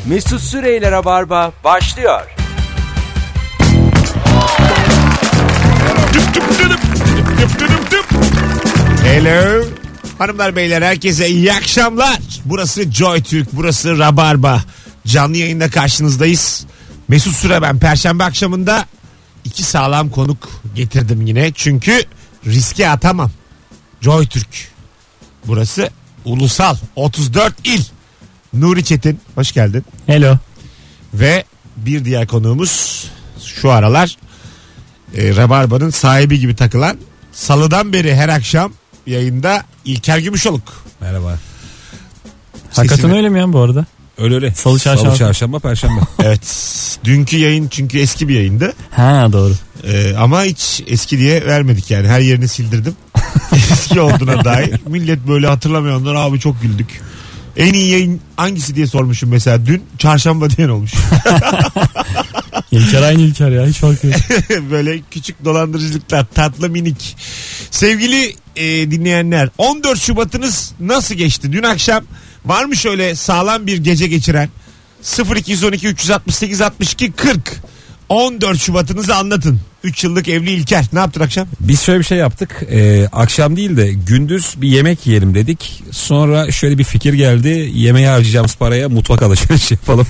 Mesut Süreyler'e barba başlıyor. Hello. Hanımlar beyler herkese iyi akşamlar. Burası Joy Türk, burası Rabarba. Canlı yayında karşınızdayız. Mesut Süre ben. Perşembe akşamında 2 sağlam konuk getirdim yine. Çünkü riske atamam. Joy Türk. Burası ulusal. 34 il. Nuri Çetin hoş geldin. Hello. Ve bir diğer konuğumuz şu aralar Rabarba'nın sahibi gibi takılan, salıdan beri her akşam yayında İlker Gümüşoluk. Merhaba. Hakikaten öyle mi ya bu arada? Öyle. Salı, çarşamba. Salı, çarşamba, perşembe. Evet. Dünkü yayın çünkü eski bir yayındı. Ha doğru. Ama hiç eski diye vermedik yani. Her yerini sildirdim. Eski olduğuna dair. Millet böyle hatırlamayanlar abi çok güldük. En iyi yayın hangisi diye sormuşum mesela dün. Çarşamba diyen olmuş. İlker aynı İlker ya, hiç fark yok. Böyle küçük dolandırıcılıklar, tatlı minik. Sevgili dinleyenler, 14 Şubat'ınız nasıl geçti? Dün akşam var mı şöyle sağlam bir gece geçiren? 0212 368 62 40 14 Şubat'ınızı anlatın. 3 yıllık evli İlker. Ne yaptın akşam? Biz şöyle bir şey yaptık. Akşam değil de gündüz bir yemek yiyelim dedik. Sonra şöyle bir fikir geldi. Yemeğe harcayacağımız paraya mutfak alışverişi yapalım.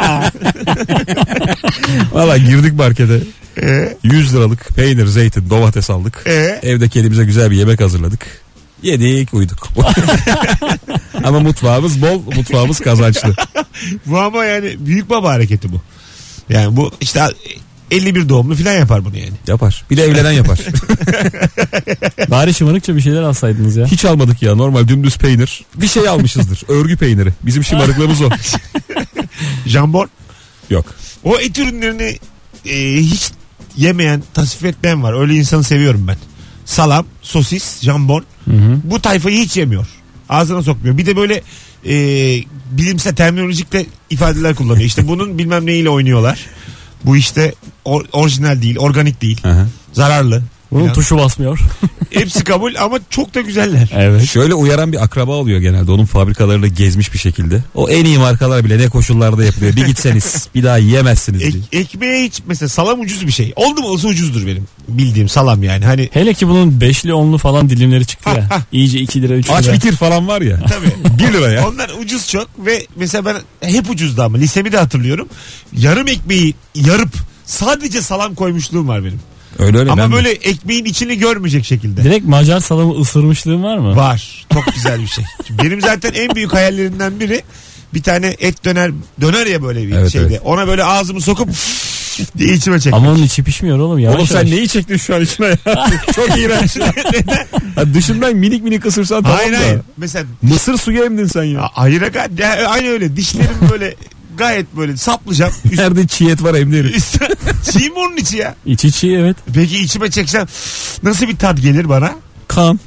Valla girdik markete. 100 liralık peynir, zeytin, domates aldık. Evde kendimize güzel bir yemek hazırladık. Yedik, uyuduk. Ama mutfağımız bol, mutfağımız kazançlı. Bu ama yani büyük baba hareketi bu. Yani bu işte 51 doğumlu falan yapar bunu yani. Yapar. Bir de evlenen yapar. Bari şımarıkça bir şeyler alsaydınız ya. Hiç almadık ya, normal dümdüz peynir. Bir şey almışızdır. Örgü peyniri. Bizim şımarıklığımız o. Jambon. Yok. O et ürünlerini hiç yemeyen, tasvip etmeyen var. Öyle insanı seviyorum ben. Salam, sosis, jambon. Bu tayfayı hiç yemiyor. Ağzına sokmuyor. Bir de böyle bilimsel terminolojikle ifadeler kullanıyor. İşte bunun bilmem neyle oynuyorlar. Bu işte orijinal değil, organik değil. Aha. Zararlı. Bunun Yani tuşu basmıyor. hepsi kabul ama çok da güzeller. Evet. Şöyle uyaran bir akraba oluyor genelde, onun fabrikalarını gezmiş bir şekilde. O en iyi markalar bile ne koşullarda yapılıyor. Bir gitseniz bir daha yiyemezsiniz diye. Ekmeğe hiç mesela salam ucuz bir şey. Oldu mu olsa ucuzdur benim bildiğim salam yani. Hani Hele ki bunun 5'li 10'lu falan dilimleri çıktı ya. İyice 2 lira 3 lira. Aç bitir falan var ya. tabii. 1 lira ya. Onlar ucuz çok ve mesela ben hep ucuzdu ama lisemi de hatırlıyorum. Yarım ekmeği yarıp sadece salam koymuşluğum var benim. Öyle Ama ben böyle ekmeğin içini görmeyecek şekilde. Direkt Macar salamı ısırmışlığın var mı? Var. Çok güzel bir şey. Benim zaten en büyük hayallerimden biri bir tane et döner ya böyle bir Evet, şeyde. evet. Ona böyle ağzımı sokup diye içime çekmek. Ama onun içi pişmiyor oğlum. Yavaş Oğlum sen yavaş. neyi çektin şu an içine ya? Çok iğrenç. Ha, dışından minik minik ısırsan tamam Hayır da. hayır. Mesela Mısır suyu emdin sen ya. hayır aynı öyle. Dişlerim böyle gayet böyle saplayacağım. Nerede çiğ et var emdirim. Çiğ mi onun içi ya? İçi çiğ, evet. Peki içime çeksem nasıl bir tat gelir bana? Kan.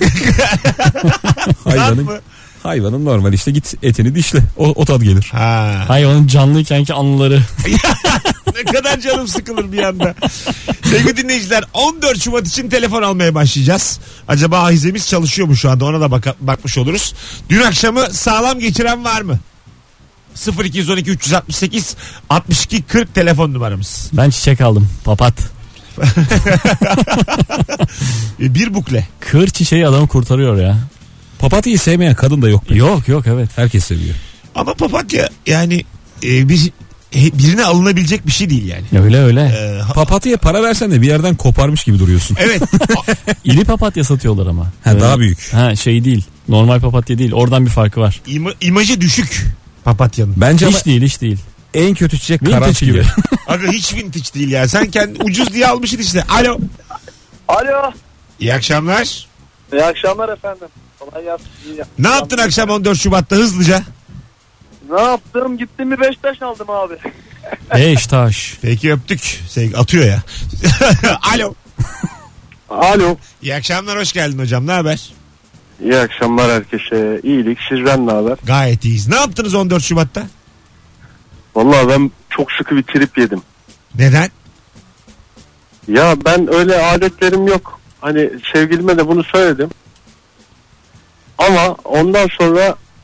Kan mı? Hayvanın normal işte, git etini dişle. O tat gelir. Ha. Hayır, onun canlıykenki anıları. Ne kadar canım sıkılır bir anda. Sevgili dinleyiciler, 14 Şubat için telefon almaya başlayacağız. Acaba ahizemiz çalışıyor mu şu anda, ona da bakmış oluruz. Dün akşamı sağlam geçiren var mı? 0212 368 62 40 telefon numaramız. Ben çiçek aldım. Papat. Bir bukle. Kır çiçeği adamı kurtarıyor ya. Papatyayı sevmeyen kadın da yok. Yok evet. Herkes seviyor. Ama papatya yani birine alınabilecek bir şey değil yani. Öyle. Papatya'ya para versen de bir yerden koparmış gibi duruyorsun. Evet. İri papatya satıyorlar ama. Ha, daha büyük. Ha, şey değil. Normal papatya değil. Oradan bir farkı var. İmajı düşük papatyanın. Bence ama Hiç değil. en kötü çiçek Vintage karanfil gibi. gibi. Aga hiç vintage değil ya. Sen kendi ucuz diye almışsın işte. Alo. Alo. İyi akşamlar. İyi akşamlar efendim. Kolay gelsin. Ne yaptın akşam 14 Şubat'ta hızlıca? Ne yaptım? Gittim bir Beşiktaş aldım abi. Beş taş. Peki öptük. Atıyor ya. Alo. Alo. İyi akşamlar, hoş geldin hocam. Ne haber? İyi akşamlar herkese. İyilik. Sizden ne haber? Gayet iyiyiz. Ne yaptınız 14 Şubat'ta? Vallahi ben çok sıkı bir trip yedim. Neden? Ya ben öyle adetlerim yok. Hani sevgilime de bunu söyledim. Ama ondan sonra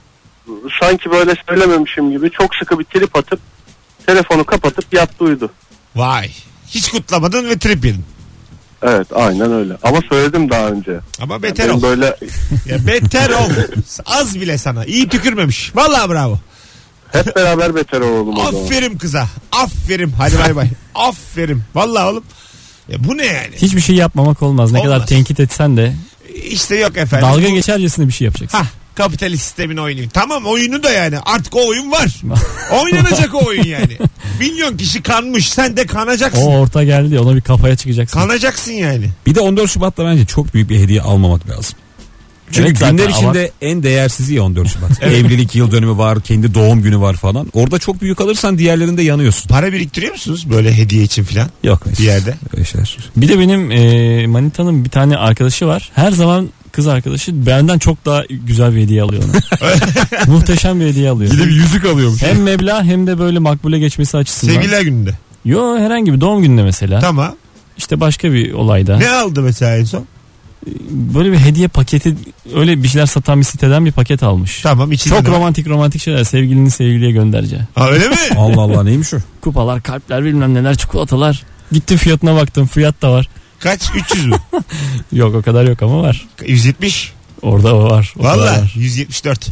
sanki böyle söylememişim gibi çok sıkı bir trip atıp telefonu kapatıp yattı uyudu. Vay. Hiç kutlamadın ve trip yedin. Evet aynen öyle. Ama söyledim daha önce. Ama beter Ben ol. böyle Ya beter ol. Az bile sana. İyi tükürmemiş. Vallahi bravo. hep beraber beter olalım o zaman. Aferin kıza. Aferin. Hadi bay bay. Aferin. Vallahi oğlum. Ya bu ne yani? Hiçbir şey yapmamak olmaz. Ne Olmaz. kadar tenkit etsen de İşte yok efendim. dalga geçercesine bir şey yapacaksın. Hah, kapitalist sistemin oyunu. Tamam oyunu da yani. Artık o oyun var. Oynanacak o oyun yani. Milyon kişi kanmış. Sen de kanacaksın. O orta geldi, ona bir kafaya çıkacaksın. Kanacaksın yani. Bir de 14 Şubat'ta bence çok büyük bir hediye almamak lazım. Çünkü Evet, zaten günler içinde en değersizi ya 14 Şubat. Evlilik yıl dönümü var, kendi doğum günü var falan. Orada çok büyük alırsan diğerlerinde yanıyorsun. Para biriktiriyor musunuz böyle hediye için filan? Yok. Bir yerde. Öyle şeyler. Bir de benim Manita'nın bir tane arkadaşı var. Her zaman kız arkadaşı benden çok daha güzel bir hediye alıyor ona. Muhteşem bir hediye alıyor. Gidip yüzük alıyormuş. Hem meblağ hem de böyle makbule geçmesi açısından. Sevgililer gününde. Yo, herhangi bir doğum gününde mesela. Tamam. İşte başka bir olayda. Ne aldı mesela en son? Böyle bir hediye paketi, öyle bir şeyler satan bir siteden bir paket almış. Tamam. içinde Çok ne var? romantik şeyler, sevgilinin sevgiliye göndereceği. Ha, öyle mi? Allah Allah, neymiş o? Kupalar, kalpler, bilmem neler, çikolatalar. Gittim fiyatına baktım, fiyat da var. Kaç? 300 mü? Yok, o kadar yok ama var. 170. Orada o var. O kadar Valla var. 174.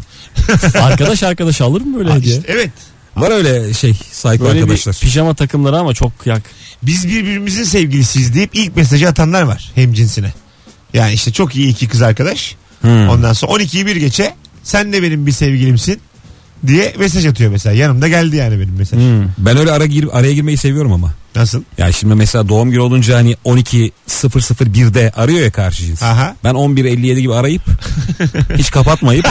Arkadaş alır mı böyle hediye? İşte, evet. Var öyle psycho Böyle arkadaşlar. bir pijama takımları ama çok yak. Biz birbirimizin sevgilisiyiz deyip ilk mesajı atanlar var hemcinsine. Yani işte çok iyi iki kız arkadaş. Ondan sonra 12'yi bir geçe sen de benim bir sevgilimsin diye mesaj atıyor mesela. Yanımda geldi yani benim mesaj. Ben öyle araya girmeyi seviyorum ama. Nasıl? Yani şimdi mesela doğum günü olunca hani 12.001'de arıyor ya karşı cins. Aha. Ben 11.57 gibi arayıp hiç kapatmayıp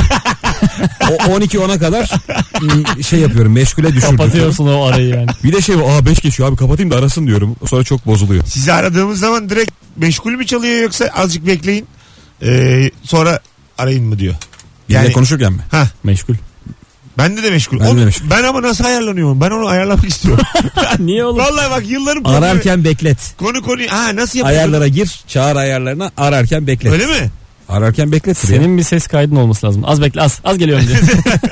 o 12.10'a kadar şey yapıyorum, meşgule düşürdüm. Kapatıyorsun o arayı yani. Bir de şey 5 geçiyor abi, kapatayım da arasın diyorum. Sonra çok bozuluyor. Sizi aradığımız zaman direkt meşgul mü çalıyor yoksa azıcık bekleyin sonra arayın mı diyor. Bizle konuşurken mi? Meşgul. Bende de meşgul. Bende de meşgul. Ben ama nasıl ayarlanıyorum? Ben onu ayarlamak istiyorum. Niye oğlum? Vallahi bak yılların problemi. Ararken beklet. Konu nasıl yapıyorsun? Ayarlara gir, çağır ayarlarına, ararken beklet. Öyle mi? Ararken beklettir ya. Senin bir ses kaydın olması lazım. Az bekle, az geliyorum diye.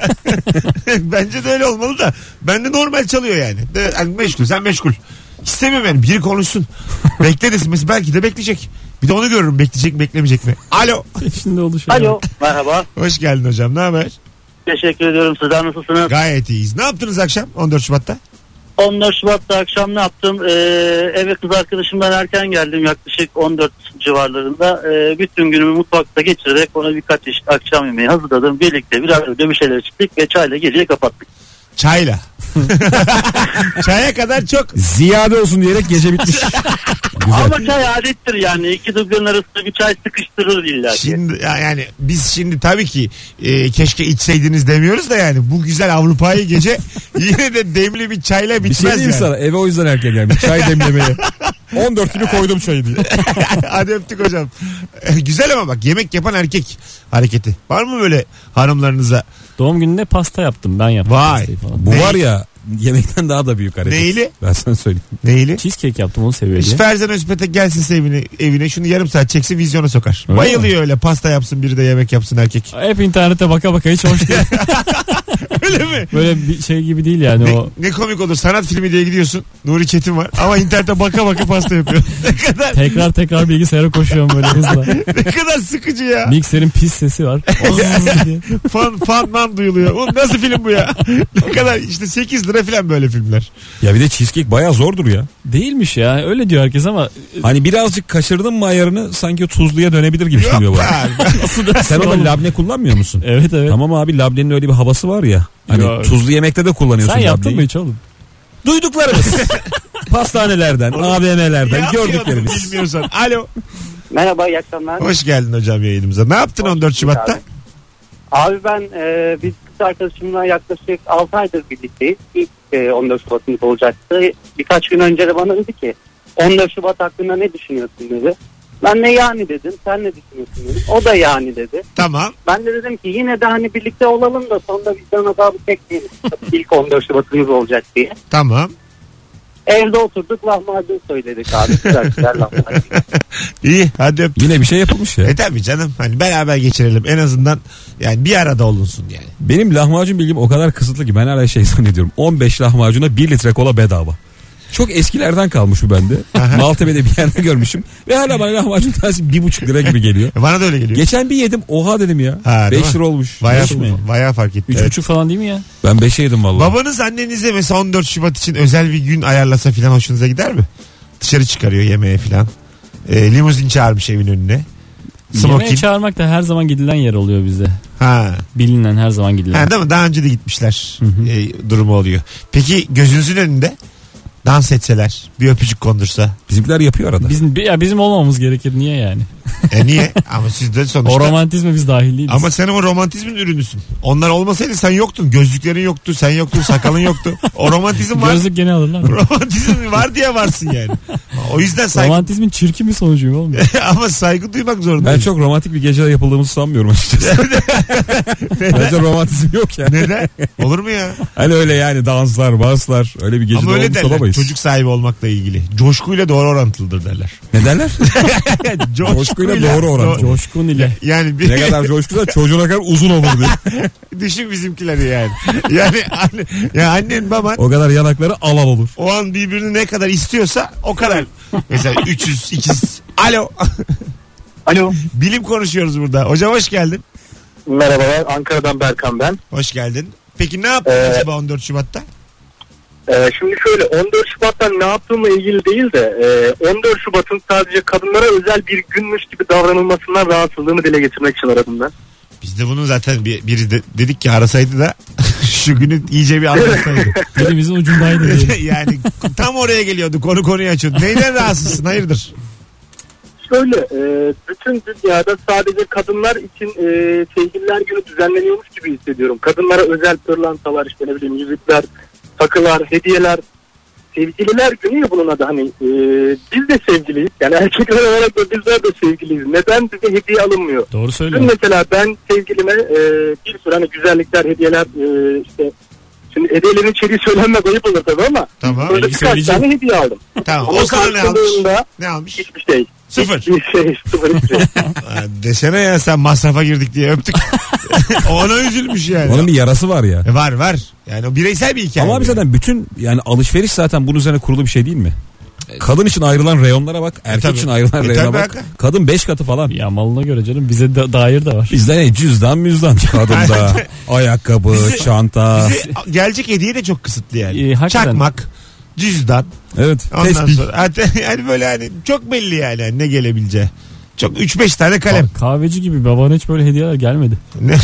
Bence de öyle olmalı da. Bende normal çalıyor yani. Yani meşgul, sen meşgul. İstemiyorum yani. Biri konuşsun. Bekle desin. Mesela belki de bekleyecek. Bir de onu görürüm. Bekleyecek mi bekleyemeyecek mi? Alo. Şimdi oluşuyor. Alo, merhaba. Hoş geldin hocam. Ne haber? Teşekkür ediyorum. Sizler nasılsınız? Gayet iyiyiz. Ne yaptınız akşam 14 Şubat'ta? 14 Şubat'ta akşam ne yaptım? Eve kız arkadaşımdan erken geldim. Yaklaşık 14 civarlarında. Bütün günümü mutfakta geçirerek ona birkaç çeşit akşam yemeği hazırladım. Birlikte birer öyle bir şeyler içtik ve çayla geceyi kapattık. Çayla. Çaya kadar çok. Ziyade olsun diyerek gece bitmiş. Güzel. Ama çay adettir yani. İki dublin arasında bir çay sıkıştırır illa ki. Şimdi yani biz şimdi tabii ki keşke içseydiniz demiyoruz da yani bu güzel Avrupa'yı gece yine de demli bir çayla Bir bitmez şey diyeyim yani. sana, eve o yüzden erken gelmiş. Çay demlemeye. 14 gibi koydum çayı diye. Hadi öptük hocam. Güzel ama bak yemek yapan erkek hareketi. Var mı böyle hanımlarınıza? Doğum gününde pasta yaptım. Ben yaptım Vay. pastayı falan. Bu var ya, yemekten daha da büyük hareket. Neyli? Ben sana söyleyeyim. Neyli? Cheesecake yaptım, onu seviyor diye. Ferzan Özpetek gelsin evine şunu yarım saat çeksin vizyona sokar. Öyle Bayılıyor öyle pasta yapsın biri de yemek yapsın erkek. Hep internete baka hiç hoş değil. Öyle mi? Böyle bir şey gibi değil yani o. Ne komik olur sanat filmi diye gidiyorsun. Nuri Çetin var ama internete baka pasta yapıyor. Ne kadar Tekrar bilgisayara koşuyorum böyle hızla. ne kadar sıkıcı ya. Mikserin pis sesi var. diye. Fan duyuluyor. Oğlum nasıl film bu ya? Ne kadar işte 8 lira falan böyle filmler. Ya bir de cheesecake bayağı zordur ya. Değilmiş ya, öyle diyor herkes ama Hani birazcık kaçırdın mı ayarını sanki tuzluya dönebilir gibi Yok geliyor be bana. abi. Sen orada labne kullanmıyor musun? evet. Tamam abi, labnenin öyle bir havası var ya. Hani Yo. tuzlu yemekte de kullanıyorsun Sen yaptın labneyi. mı hiç oğlum? Duyduklarımız. Pastanelerden, AVM'lerden Yapmıyordum gördüklerimiz. bilmiyorsan. Alo. Merhaba, iyi akşamlar. Hoş geldin hocam yayınımıza. Ne yaptın 14 Şubat'ta? Abi ben biz kız arkadaşımla yaklaşık 6 aydır birlikteyiz. İlk 14 Şubat'ımız olacaktı. Birkaç gün önce de bana dedi ki 14 Şubat hakkında ne düşünüyorsun dedi. Ben de yani dedim. Sen ne düşünüyorsun dedim. O da yani dedi. Tamam. Ben de dedim ki yine de hani birlikte olalım da sonra vicdan azabı çekmeyelim. İlk 14 Şubat'ımız olacak diye. Tamam. Evde oturduk, lahmacun söyledik abi. Güzel lahmacun. İyi hadi öptük. Yine bir şey yapılmış ya. Tabii canım hani beraber geçirelim en azından yani bir arada olunsun yani. Benim lahmacun bilgim o kadar kısıtlı ki ben hala şey zannediyorum. 15 lahmacuna 1 litre kola bedava. Çok eskilerden kalmış bu bende. Maltepe'de bir yerde görmüşüm. Ve hala bana lahmacun tanesi 1,5 lira gibi geliyor. Bana da öyle geliyor. Geçen bir yedim, oha dedim ya. Ha, 5 lira olmuş. Bayağı fark etti. 3,5 falan değil mi ya? Ben 5'e yedim vallahi. Babanız annenize mesela 14 Şubat için özel bir gün ayarlasa filan hoşunuza gider mi? Dışarı çıkarıyor yemeğe filan. Limuzin çağırmış evin önüne. Yemeğe çağırmak da her zaman gidilen yer oluyor bizde. Ha. Bilinen her zaman gidilen. Ha, değil mi? Daha önce de gitmişler. Durumu oluyor. Peki gözünüzün önünde dans etseler, bir öpücük kondursa. Bizimkiler yapıyor arada. Bizim olmamamız gerekir. Niye yani? Niye? Ama siz de sonuçta. O romantizme biz dahil değiliz. Ama sen o romantizmin ürünüsün. Onlar olmasaydı sen yoktun. Gözlüklerin yoktu, sen yoktun, sakalın yoktu. O romantizm var. Gözlük gene alırlar. Romantizm var diye varsın yani. O yüzden saygı. Romantizmin çirkin bir sonucu mu olmuyor? Ama saygı duymak zorundayım. Ben çok romantik bir gecede yapıldığımızı sanmıyorum açıkçası. Bence romantizm yok yani. Neden? Olur mu ya? Hani öyle yani danslar, baslar öyle bir gecede ama öyle olmuş derler. olamayız. Çocuk sahibi olmakla ilgili. Coşkuyla doğru orantılıdır derler. Ne derler? Coşkuyla doğru orantılı. Coşkun ile. Yani bir... Ne kadar coşkuysa çocuğuna kadar uzun olur diye. Düşün bizimkileri yani. Yani annen baban O kadar yanakları al olur. o an birbirini ne kadar istiyorsa o kadar. Mesela 300, 200. Alo. Alo. Bilim konuşuyoruz burada. Hocam hoş geldin. Merhabalar, Ankara'dan Berkan ben. Hoş geldin. Peki ne yaptın acaba 14 Şubat'ta? Şimdi şöyle 14 Şubat'tan ne yaptığımla ilgili değil de 14 Şubat'ın sadece kadınlara özel bir günmüş gibi davranılmasından rahatsızlığımı dile getirmek için aradım ben. Biz de bunu zaten biri de dedik ki arasaydı da şu günü iyice bir anlatsaydı. Dilimizin ucundaydı diye. Yani tam oraya geliyordu, konuyu açıyordu. Neyden rahatsızsın, hayırdır? Şöyle bütün dünyada sadece kadınlar için sevgililer günü düzenleniyormuş gibi hissediyorum. Kadınlara özel pırlantalar, işte ne bileyim yüzükler, takılar, hediyeler. Sevgililer günü ya bunun adı, hani biz de sevgiliyiz. Yani erkekler olarak da bizler de sevgiliyiz. Neden bize hediye alınmıyor? Doğru söylüyorsun. Mesela ben sevgilime bir sürü hani güzellikler, hediyeler, işte şimdi hediyelerin içeriği söylenmek ayıp olur tabii ama Tamam. böyle birkaç tane hediye aldım. Tamam. Ama O sana ne almış? karşılığında Ne almış? hiçbir şey. Sıfır. Hiçbir şey. Sıfır. Desene ya sen masrafa girdik diye öptük. Ona üzülmüş yani. Onun bir yarası var ya. Var. Yani o bireysel bir hikaye. Ama abi zaten bütün yani alışveriş zaten bunun üzerine kurulu bir şey değil mi? Kadın için ayrılan reyonlara bak, erkek tabii. için ayrılan reyona bak. Tabii. Kadın 5 katı falan. Ya malına göre canım, bize dair de var. Bizde ne? Cüzdan kadında. Ayakkabı, çanta. Bize gelecek hediye de çok kısıtlı yani. Hakikaten. Çakmak, cüzdan. Evet. Ondan Tespih. sonra yani böyle hani çok belli yani ne gelebileceği. Çok 3-5 tane kalem. Kahveci gibi babana hiç böyle hediyeler gelmedi.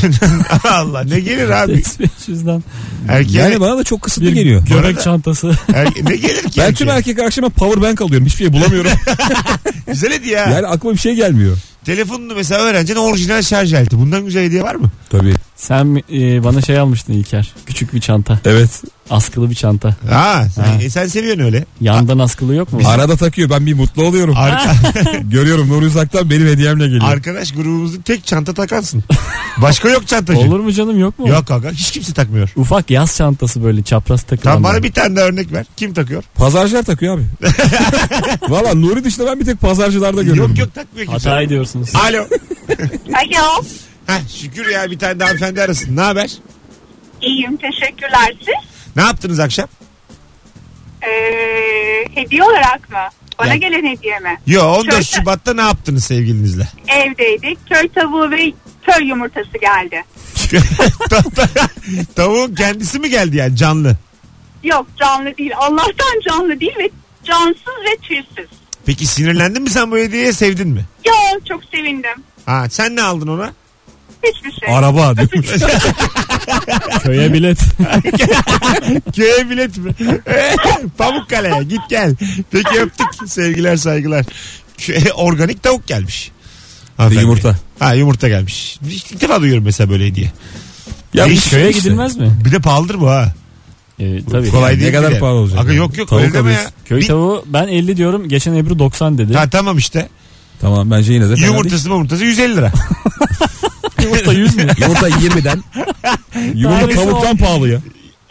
Allah ne gelir abi? Yüzden. Yani bana da çok kısıtlı geliyor. Göbek çantası. Ne gelir ki? Ben tüm erkek akşama power bank alıyorum. Hiçbir şey bulamıyorum. Güzel hediye ya. Yani aklıma bir şey gelmiyor. Telefonunu mesela öğrencinin orijinal şarj aleti. Bundan güzel hediye var mı? Tabii. Sen bana şey almıştın İlker. Küçük bir çanta. Evet. Askılı bir çanta. Sen seviyorsun öyle. Yandan askılı yok mu? Arada takıyor. Ben bir mutlu oluyorum. Görüyorum Nuri Uzak'tan benim hediyemle geliyor. Arkadaş grubumuzun tek çanta takansın. Başka yok çantacı. Olur mu canım, yok mu? Yok aga, hiç kimse takmıyor. Ufak yaz çantası böyle çapraz takılan. Tamam, bana bir tane daha örnek ver. Kim takıyor? Pazarcılar takıyor abi. Valla Nuri dışında ben bir tek pazarcılarda görüyorum. Yok takmıyor kimse. Hata ediyorsunuz. Alo. Alo. Şükür ya, bir tane daha hanımefendi arasın. Ne haber? İyiyim, teşekkürler. Siz? Ne yaptınız akşam? Hediye olarak mı? Bana Yani- gelen hediye mi? 14 Şubat'ta ne yaptınız sevgilinizle? Evdeydik. Köy tavuğu ve köy yumurtası geldi. Tavuğun kendisi mi geldi yani, canlı? Yok, canlı değil. Allah'tan canlı değil ve cansız ve tüysüz. Peki sinirlendin mi sen bu hediyeye, sevdin mi? Yok, çok sevindim. Sen ne aldın ona? Hiçbir şey. Araba diyormuş. Köye bilet. Köye bilet mi? Pamukkale'ye git gel. Peki öptük. Sevgiler saygılar. Organik tavuk gelmiş. Yumurta. Yumurta gelmiş. İlk defa duyuyorum mesela böyle hediye. Ya Değişik köye işte. gidilmez mi? Bir de pahalıdır bu ha. Tabii. Kolay Ne değil. kadar bir de. pahalı olacak Aga yani? yok Tavuk öyle deme alıyorsun. ya. Köy tavuğu ben 50 diyorum. Geçen Ebru 90 dedi. Tamam işte. Tamam bence yine de fena Yumurtası 150 lira. Yumurta 100 mü? değil. Yumurta 20'den. Yumurta Tanesi tavuktan pahalı ya.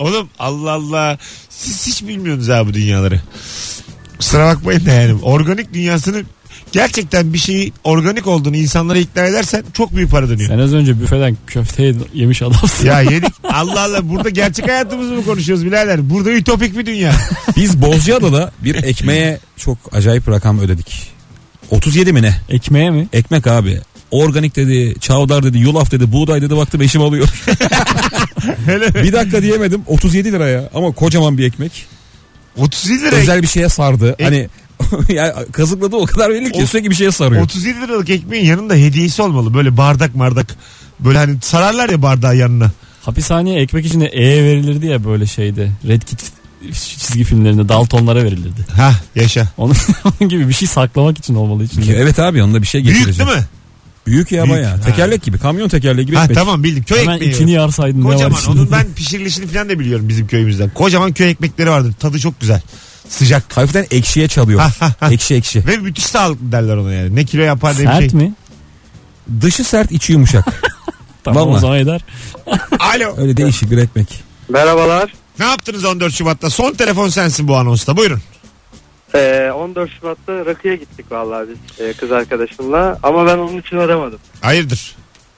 Oğlum Allah Allah. Siz hiç bilmiyorsunuz abi bu dünyaları. Kusura bakmayın da yani. Organik dünyasını gerçekten bir şeyi organik olduğunu insanlara ikna edersen çok büyük para dönüyor. Sen az önce büfeden köfte yemiş adamsın. Ya yedik. Allah Allah, burada gerçek hayatımızı mı konuşuyoruz birader? Burada ütopik bir dünya. Biz Bozcaada'da bir ekmeğe çok acayip rakam ödedik. 37 mi ne? Ekmeğe mi? Ekmek abi. Organik dedi, çavdar dedi, yulaf dedi, buğday dedi, baktım eşim alıyor. Bir dakika diyemedim, 37 lira ya. Ama kocaman bir ekmek. 37 lira. Özel bir şeye sardı. Hani ya kazıkladı o kadar belli ki sürekli bir şeye sarıyor. 37 liralık ekmeğin yanında hediyesi olmalı. Böyle bardak. Böyle hani sararlar ya bardağı yanına. Hapishaneye ekmek içinde verilirdi ya böyle şeyde. Red Kit çizgi filmlerinde Daltonlara verilirdi. Ha yaşa. Onun gibi bir şey saklamak için olmalı içinde. Evet abi, onunla bir şey geçirecek. Büyük değil mi? Büyük ya, bayağı. Tekerlek gibi, kamyon tekerleği gibi Ha ekmek. tamam bildim. Köy Hemen ekmeği. içini yarsaydın ne var Kocaman. içinde? Onun ben pişirilişini falan da biliyorum bizim köyümüzden. Kocaman köy ekmekleri vardır. Tadı çok güzel. Sıcak. Hafiften ekşiye çalıyor. Ekşi. Ve müthiş sağlıklı derler ona yani. Ne kilo yapar ne bir şey. Sert mi? Dışı sert, içi yumuşak. Tamam Vallahi. o zaman eder. Alo. Öyle değişik bir ekmek. Merhabalar. Ne yaptınız 14 Şubat'ta? Son telefon sensin bu anonsta. Buyurun. 14 Şubat'ta rakıya gittik vallahi biz kız arkadaşımla. Ama ben onun için aramadım. Hayırdır?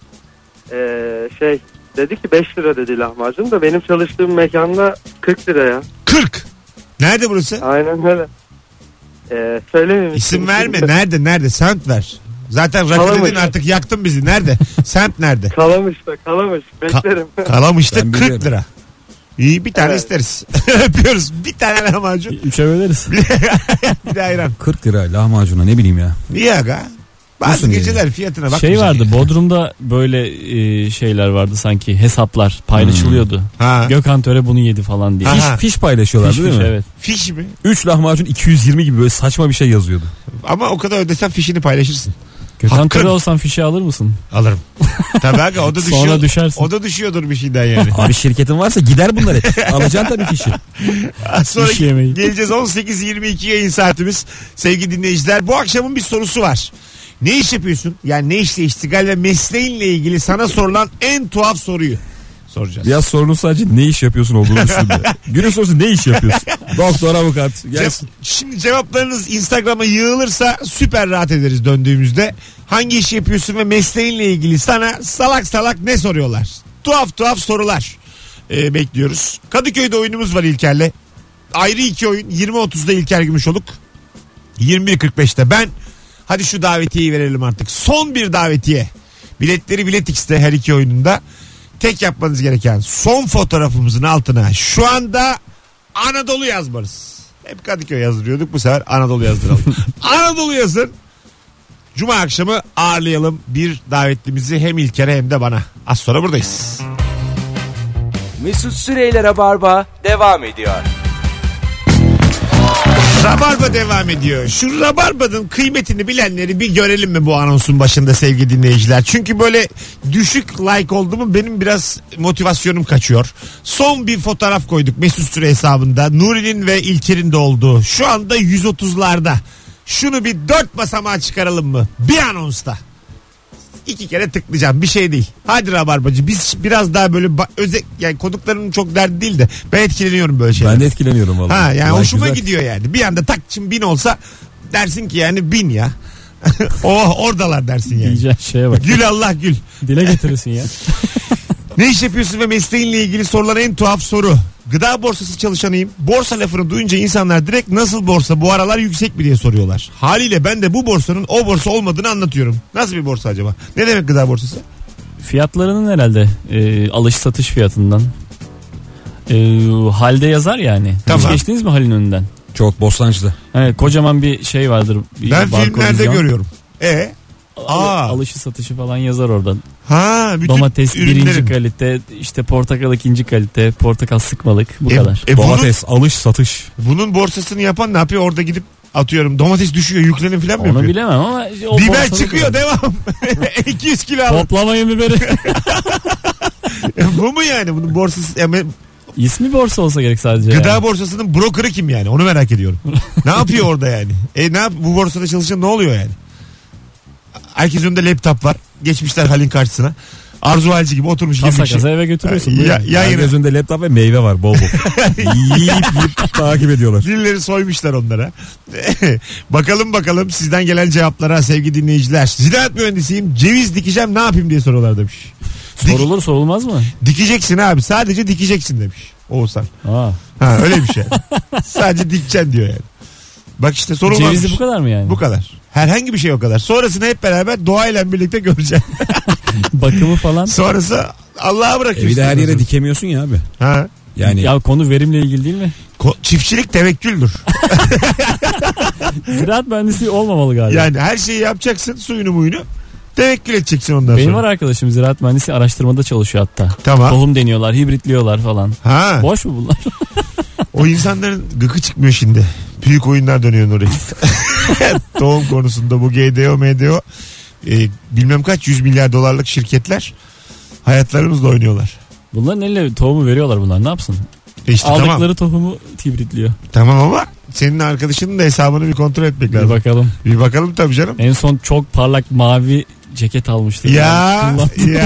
Dedi ki 5 lira dedi lahmacun da benim çalıştığım mekanda 40 lira ya. 40. Nerede burası? Aynen öyle. Söylemeyeyim. İsim verme. Nerede? Semt ver. Zaten rakı Kalamış. dedin artık, yaktın bizi. Nerede? Semt nerede? Kalamış'ta. Beklerim. Kalamış'ta Ben 40 biliyorum. lira. İyi, bir tane Evet. isteriz. Öpüyoruz. Bir tane lahmacun. 3'e böleriz. Bir de ayran. 40 lira lahmacuna, ne bileyim ya. İyi aga. Bazı Nasıl geceler fiyatına bak. Şey vardı Bodrum'da böyle şeyler vardı sanki, hesaplar paylaşılıyordu. Ha. Gökhan Töre bunu yedi falan diye. Aha. Fiş paylaşıyorlar Fiş, değil mi? evet. Fiş mi? 3 lahmacun 220 gibi böyle saçma bir şey yazıyordu. Ama o kadar ödesen fişini paylaşırsın. Gökhan Hakkın. Töre olsan fişi alır mısın? Alırım. Tabii aga, o da düşüyor. Sonra düşersin. O da düşüyordur bir şeyden yani. Abi şirketin varsa gider bunlar hep. Alacaksın tabii fişi. Az sonra İş yemeği. geleceğiz. 18.22 yayın saatimiz. Sevgili dinleyiciler, bu akşamın bir sorusu var. Ne iş yapıyorsun? Yani ne işle iştigal ve mesleğinle ilgili sana sorulan en tuhaf soruyu soracağız. Biraz sorunun sadece ne iş yapıyorsun olduğunu düşündü. Günün sorusu ne iş yapıyorsun? Doktor, avukat gelsin. Şimdi cevaplarınız Instagram'a yığılırsa süper rahat ederiz döndüğümüzde. Hangi iş yapıyorsun ve mesleğinle ilgili sana salak ne soruyorlar? Tuhaf sorular bekliyoruz. Kadıköy'de oyunumuz var İlker'le. Ayrı 2 oyun. 20.30'da İlker Gümüşoluk. 21.45'te ben. Hadi şu davetiyeyi verelim artık. Son bir davetiye. Biletleri Bilet X'te her iki oyununda. Tek yapmanız gereken son fotoğrafımızın altına şu anda Anadolu yazmanız. Hep Kadıköy yazdırıyorduk, bu sefer Anadolu yazdıralım. Anadolu yazın. Cuma akşamı ağırlayalım bir davetlimizi, hem İlker'e hem de bana. Az sonra buradayız. Mesut Süreyler'e barba devam ediyor. Rabarba devam ediyor. Şu Rabarba'nın kıymetini bilenleri bir görelim mi bu anonsun başında sevgili dinleyiciler? Çünkü böyle düşük like oldu mu benim biraz motivasyonum kaçıyor. Son bir fotoğraf koyduk Mesut Süre hesabında. Nuri'nin ve İlker'in de olduğu. Şu anda 130'larda. Şunu bir 4 basamağa çıkaralım mı? Bir anonsta. 2 kere tıklayacağım, bir şey değil. Hadi Rabarbacı, biz biraz daha böyle yani konuklarının çok derdi değil de ben etkileniyorum böyle şeyler. Ben de etkileniyorum vallahi. Ha yani Like hoşuma güzel. gidiyor yani. Bir anda tak şimdi 1000 olsa dersin ki yani 1000 ya. Oh, oradalar dersin yani. Diyeceğin şeye bak. Gül Allah gül. Dile getirirsin ya. Ne iş yapıyorsun ve mesleğinle ilgili sorulan en tuhaf soru. Gıda borsası çalışanıyım. Borsa lafını duyunca insanlar direkt nasıl borsa, bu aralar yüksek mi diye soruyorlar. Haliyle ben de bu borsanın o borsa olmadığını anlatıyorum. Nasıl bir borsa acaba? Ne demek gıda borsası? Fiyatlarının herhalde alış satış fiyatından. Halde yazar yani. Tamam. Hiç geçtiniz mi halin önünden? Çok Bostancı'da. Evet, kocaman bir şey vardır. Bir Ben filmlerde barkodizyon. görüyorum. Alışı satışı falan yazar oradan. Ha, bütün Domates ürünlerin. birinci kalite, işte portakal ikinci kalite, portakal sıkmalık, bu kadar. Domates, alış, satış. Bunun borsasını yapan ne yapıyor? Orada gidip atıyorum domates düşüyor, yüklenin falan mı Onu yapıyor? bilemem ama o Biber borsalık çıkıyor, olur. devam. 200 kilo alın. Toplamayın biberi. Bu mu yani bunun borsası? Yani İsmi borsa olsa gerek sadece. gıda yani. borsasının brokerı kim yani? Onu merak ediyorum. Ne yapıyor orada yani? Bu borsada çalışan ne oluyor yani? Herkesin önünde laptop var. Geçmişler halin karşısına. Arzu Halci gibi oturmuş gibi. Kasa kasa eve götürüyorsun. Yayını. Gözünde laptop ve meyve var bol bol. yiyip takip ediyorlar. Dilleri soymuşlar onlara. Bakalım sizden gelen cevaplara sevgili dinleyiciler. Ziraat mühendisiyim, ceviz dikeceğim, ne yapayım diye soruyorlar demiş. Sorulur sorulmaz mı? Dikeceksin abi, sadece dikeceksin demiş Oğuzhan. Ha, öyle bir şey. Sadece dikeceksin diyor yani. Bak işte sorulmazmış. Cevizi bu kadar mı yani? Bu kadar. Herhangi bir şey o kadar. Sonrasını hep beraber doğayla birlikte göreceksin. Bakımı falan. Sonrası Allah'a bırakıyorsun. Bir de her yere dikemiyorsun ya abi. Ha. Yani Ya konu verimle ilgili değil mi? Çiftçilik tevekküldür. Ziraat mühendisliği olmamalı galiba. Yani her şeyi yapacaksın, suyunu muyunu. Tevekkül edeceksin ondan Benim sonra. var arkadaşım ziraat mühendisliği araştırmada çalışıyor hatta. Tamam. Tohum deniyorlar, hibritliyorlar falan. Ha. Boş mu bunlar? O insanların gıkı çıkmıyor şimdi. Büyük oyunlar dönüyor oraya. Tohum konusunda bu GDO, MDO bilmem kaç 100 milyar dolarlık şirketler hayatlarımızla oynuyorlar. Bunların elle tohumu veriyorlar bunlar, ne yapsın? İşte aldıkları tohumu hibritliyor. Tamam ama senin arkadaşının da hesabını bir kontrol etmek lazım. Bir bakalım. Bir bakalım tabii canım. En son çok parlak mavi ceket almıştı. Ya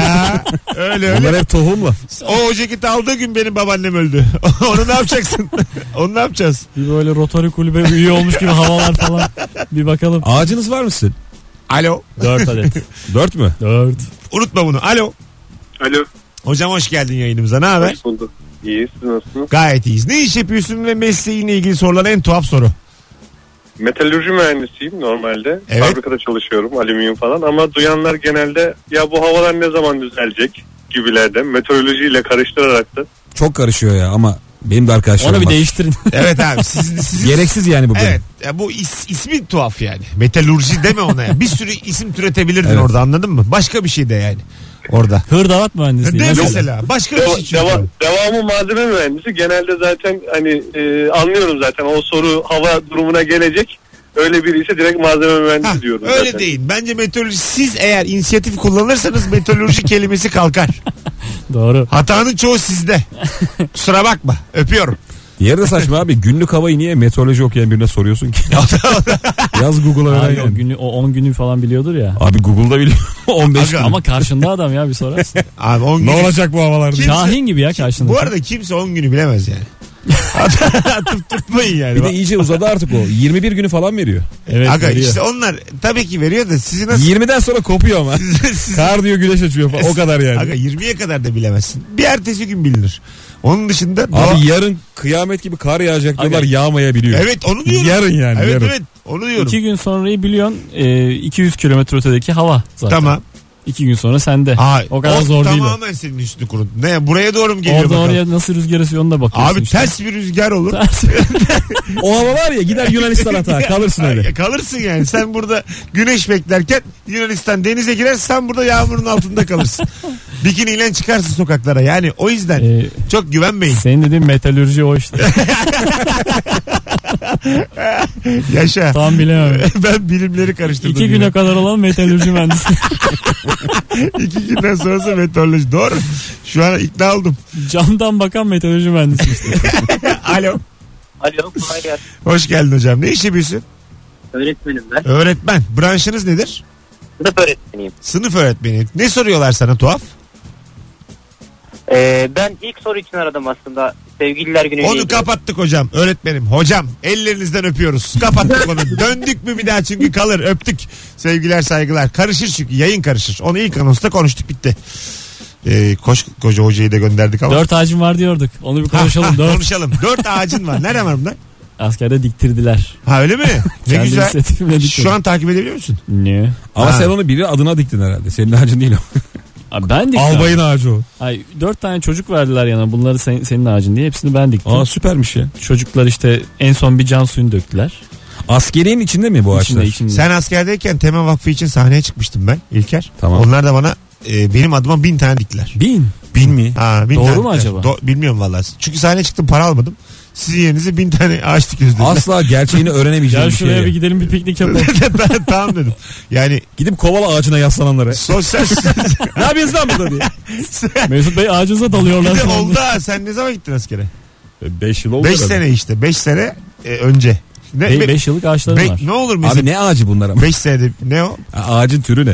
öyle. onlar hep tohumla. O ceketi aldığı gün benim babaannem öldü. Onu ne yapacaksın? Onu ne yapacağız? Bir böyle Rotary kulübe üye olmuş gibi havalar falan. Bir bakalım. Ağacınız var mı sizin? Alo. 4 adet. 4 mü? 4. Unutma bunu. Alo. Alo. Hocam hoş geldin yayınımıza. Ne haber? Hoş bulduk. İyi, siz nasılsınız? Gayet iyiyiz. Ne iş yapıyorsun ve mesleğinle ilgili sorulan en tuhaf soru. Metalürji mühendisiyim normalde. Evet. Fabrikada çalışıyorum, alüminyum falan. Ama duyanlar genelde ya bu havalar ne zaman düzelecek gibilerden. Meteorolojiyle karıştırarak da. Çok karışıyor ya ama benim de arkadaşlarım Onu bir var. değiştirin. Evet abi. Sizin Gereksiz yani bu benim. evet. Ya bu ismi tuhaf yani. Metalurji deme ona ya. Bir sürü isim türetebilirdin Evet. orada, anladın mı? Başka bir şey de yani. Orada. Hırdavat mühendisliği. De mesela. mesela. Başka bir şey çünkü. Devamı malzeme mühendisi. Genelde zaten hani anlıyorum zaten o soru hava durumuna gelecek. Öyle biri ise direkt malzeme mühendisi Ha, diyorum öyle zaten. değil. Bence meteoroloji, siz eğer inisiyatif kullanırsanız meteoroloji kelimesi kalkar. Doğru. Hatanın çoğu sizde. Kusura bakma. Öpüyorum. Diğeri de saçma abi. Günlük havayı niye meteoroloji okuyan birine soruyorsun ki? Yaz Google'a öğren Abi, o, yani. o 10 günü falan biliyordur ya. Abi Google'da biliyor. 15 gün. Ama karşında adam ya, bir sorarsın. Abi 10 Ne gün. olacak bu havalarda? Kimse- Şahin gibi ya karşında. Bu arada kimse 10 günü bilemez yani. Atıp tutmayın yani. Bir de iyice uzadı artık o. 21 günü falan veriyor. Evet, Aga veriyor. işte onlar tabii ki veriyor da sizi nasıl... 20'den sonra kopuyor ama. Kar diyor, güneş açıyor falan. O kadar yani. Aga 20'ye kadar da bilemezsin. Bir ertesi gün bilinir. Onun dışında... Abi yarın kıyamet gibi kar yağacak diyorlar, Aga. yağmayabiliyor. Evet onu diyorum. Yarın yani. Evet yarın. evet onu diyorum. 2 gün sonrayı biliyorsun, 200 kilometre ötedeki hava zaten. Tamam. 2 gün sonra sende. Aa, O kadar zor değil o. Tamamen senin üstünü kurun. Ne buraya doğru mu geliyor Orada bakalım? oraya nasıl rüzgar esiyor ona da bakıyorsun Abi işte. ters bir rüzgar olur. O hava var ya, gider Yunanistan hata kalırsın öyle. Kalırsın yani. Sen burada güneş beklerken Yunanistan denize girer, sen burada yağmurun altında kalırsın. Bikiniyle çıkarsın sokaklara. Yani o yüzden çok güvenmeyin. Senin dediğin metalürji o işte. Yaşa. Tam bilemem. Ben bilimleri karıştırdım. 2 yine. güne kadar olan metalürji mühendisi. 2 günden sonrası meteoroloji. Doğru. Şu an ikna oldum. Camdan bakan metalürji mühendisi işte. Alo. Alo, kolay gelsin. Hoş geldin hocam. Ne iş yapıyorsun? Öğretmenim ben. Öğretmen. Branşınız nedir? Sınıf öğretmeniyim. Sınıf öğretmeni. Ne soruyorlar sana tuhaf? Ben ilk soru için aradım aslında. Sevgililer günü. Onu kapattık hocam. Öğretmenim. Hocam ellerinizden öpüyoruz. Kapattık onu. Döndük mü bir daha çünkü kalır. Öptük. Sevgiler saygılar. Karışır çünkü yayın karışır. Onu ilk anonsta konuştuk, bitti. Koca hocayı da gönderdik ama. 4 ağacım var diyorduk. Onu bir konuşalım. 4. Konuşalım. 4 ağacın var. Nerede var bunlar? Askerde diktirdiler. Ha öyle mi? Ne Kendi güzel. inisiyatifimle diktirdim. Şu an takip edebiliyor musun? Ne? Ama Ha. sen onu biri adına diktin herhalde. Senin ağacın değil o. Abi ben diktim. Albayın ağacı o. Ay, 4 tane çocuk verdiler yana. Bunları senin ağacın diye. Hepsini ben diktim. Aa, süpermiş ya. Çocuklar işte en son bir can suyunu döktüler. Askeriyenin içinde mi bu ağaçlar? İçinde. Sen askerdeyken Tema Vakfı için sahneye çıkmıştım ben İlker. Tamam. Onlar da bana benim adıma 1000 tane diktiler. 1000. 1000 mi? Ha, 1000 Doğru tane mu diktiler. acaba? Bilmiyorum vallahi. Çünkü sahneye çıktım, para almadım. Sizin yerinize 1000 tane ağaç dikiyoruz dediler. Asla gerçeğini öğrenemeyeceğim Gel bir şey. şuraya bir ya. gidelim, bir piknik yapalım. Ben tamam dedim. Yani Gidip kovala ağacına yaslananlara. sosyal... Ne yapıyorsun lan burada diye. Mesut Bey ağacınıza dalıyorlar. Bir de şu anda. oldu ha. Sen ne zaman gittin askere? 5 yıl oldu 5 herhalde. sene işte. 5 sene önce. Ne, 5 yıllık ağaçlarım var. ne olur mesela? Abi ne ağacı bunlar ama? 5 senede ne o? Ağacın türü ne?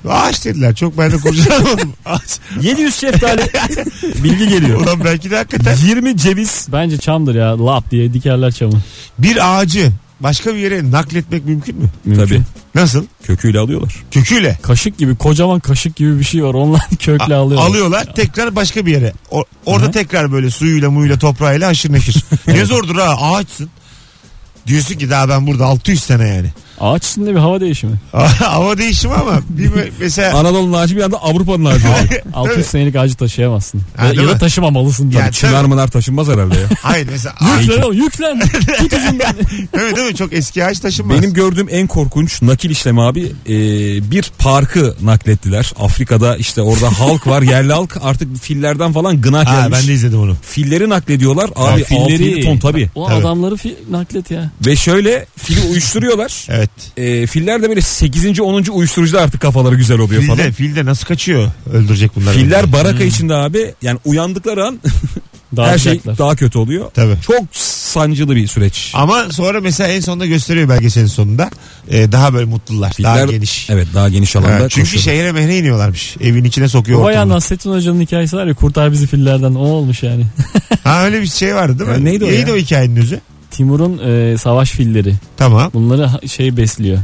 Ağaç dediler. Çok ben de kurcalamadım. Ağaç. 700 şeftali bilgi geliyor. Ulan belki de hakikaten 20 ceviz. Bence çamdır ya. Lap diye dikerler çamı. bir ağacı başka bir yere nakletmek mümkün mü? Mümkün. Tabii. Nasıl? Köküyle alıyorlar. Köküyle. Kaşık gibi, kocaman kaşık gibi bir şey var. Onlar kökle alıyorlar. Alıyorlar tekrar başka bir yere. Orada Hı-hı. tekrar böyle suyuyla muyuyla toprağıyla haşır neşir. Ne zordur ha, ağaçsın. Diyorsun ki daha ben burada 600 sene yani. Ağaç içinde bir hava değişimi. Hava değişimi ama bir mesela Anadolu'nun ağacı bir anda Avrupa'nın ağacı. 600 senelik ağacı taşıyamazsın. Ha, Ya değil da mi? taşımamalısın. Yani Çınar mınar taşınmaz herhalde ya. hayır mesela Yüklen. Tut ucundan. değil mi? Çok eski ağaç taşınmaz. Benim gördüğüm en korkunç nakil işlemi abi bir parkı naklettiler. Afrika'da işte orada halk var, yerli halk, artık fillerden falan gına gelmiş. Ben de izledim onu. Filleri naklediyorlar abi, filleri 6-7 ton tabii. O Tabii. adamları naklet ya. Ve şöyle fili uyuşturuyorlar. Evet. Filler de böyle 8. 10. uyuşturucuda artık kafaları güzel oluyor falan. Filde nasıl kaçıyor? Öldürecek bunları. Filler baraka içinde abi, yani uyandıkları an her şey Dağıtacaklar. daha kötü oluyor. Tabii. Çok sancılı bir süreç. Ama sonra mesela en sonunda gösteriyor belgeselin sonunda. Daha böyle mutlular. Daha Filler, geniş. Evet, daha geniş alanda Ha, çünkü koşuyor. şehre mehre iniyorlarmış. Evin içine sokuyor O bayağı ortalığı. Nasrettin Hoca'nın hikayesi var ya, kurtar bizi fillerden, o olmuş yani. Ha, öyle bir şey vardı değil mi? Ha, neydi o ya? o hikayenin özü? Timur'un savaş filleri. Tamam. Bunları besliyor.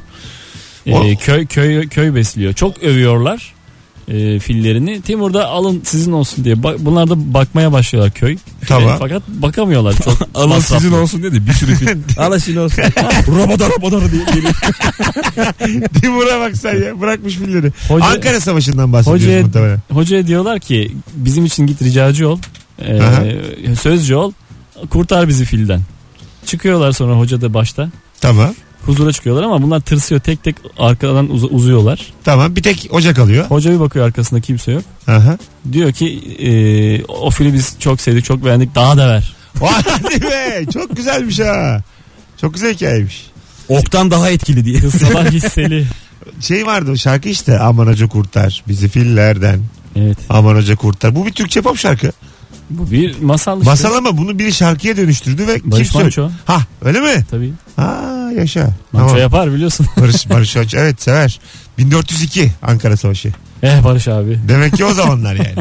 O- Köy besliyor. Çok övüyorlar fillerini. Timur da alın sizin olsun diye. Bunlar da bakmaya başlıyorlar köy. Tamam. Fakat bakamıyorlar çok. Alın masraflı. sizin olsun dedi. Bir sürü fil. Alın sizin olsun. Rabada diye geliyor. Timur'a bak sen ya. Bırakmış filleri. Hoca- Ankara Savaşı'ndan bahsediyoruz muhtemelen. Hocaya diyorlar ki bizim için git ricacı ol. Aha. Sözcü ol. Kurtar bizi filden. Çıkıyorlar sonra hoca da başta. Tamam. Huzura çıkıyorlar ama bunlar tırsıyor, tek tek arkadan uzuyorlar. Tamam, bir tek ocak alıyor. Hoca bir bakıyor, arkasında kimse yok. Aha. Diyor ki o fili biz çok sevdik, çok beğendik, daha da ver. Hadi be, çok güzelmiş ha. Çok güzel hikayeymiş. Oktan daha etkili diye. Kıssalar hisseli. Şey vardı o şarkı işte, aman hoca kurtar bizi fillerden. Evet. Aman hoca kurtar. Bu bir Türkçe pop şarkı. Bu bir masal işte. Masal ama bunu biri şarkıya dönüştürdü ve Barış kim söyledi? Manço. Ha, öyle mi? Tabii. Ha, yaşa. Manço Tamam. yapar biliyorsun. Barış Manço, evet, sever. 1402 Ankara Savaşı. Barış abi. Demek ki o zamanlar yani.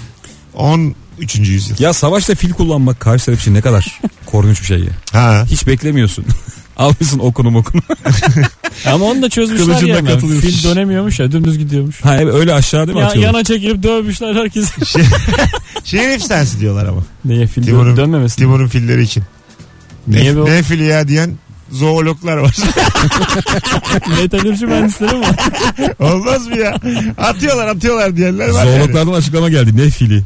13. yüzyıl. Ya savaşta fil kullanmak karşı taraf için ne kadar korkunç bir şey ya. Ha. Hiç beklemiyorsun. Almışsın okunu. Ama onu da çözmüşler Kılıcında ya. katılıyorsun. Fil dönemiyormuş ya, dümdüz gidiyormuş. Ha evet, öyle aşağı değil mi atıyorlar? Yana çekilip dövmüşler herkes. Şehir efsanesi diyorlar ama. Neye fil Timur'un- dönmemesin? Timur'un filleri için. Niye Ne fili ya diyen zoologlar var. Metalürji mühendisleri mi? Olmaz mı ya? Atıyorlar diyenler var. Yani. Zoologlardan açıklama geldi. Ne fili?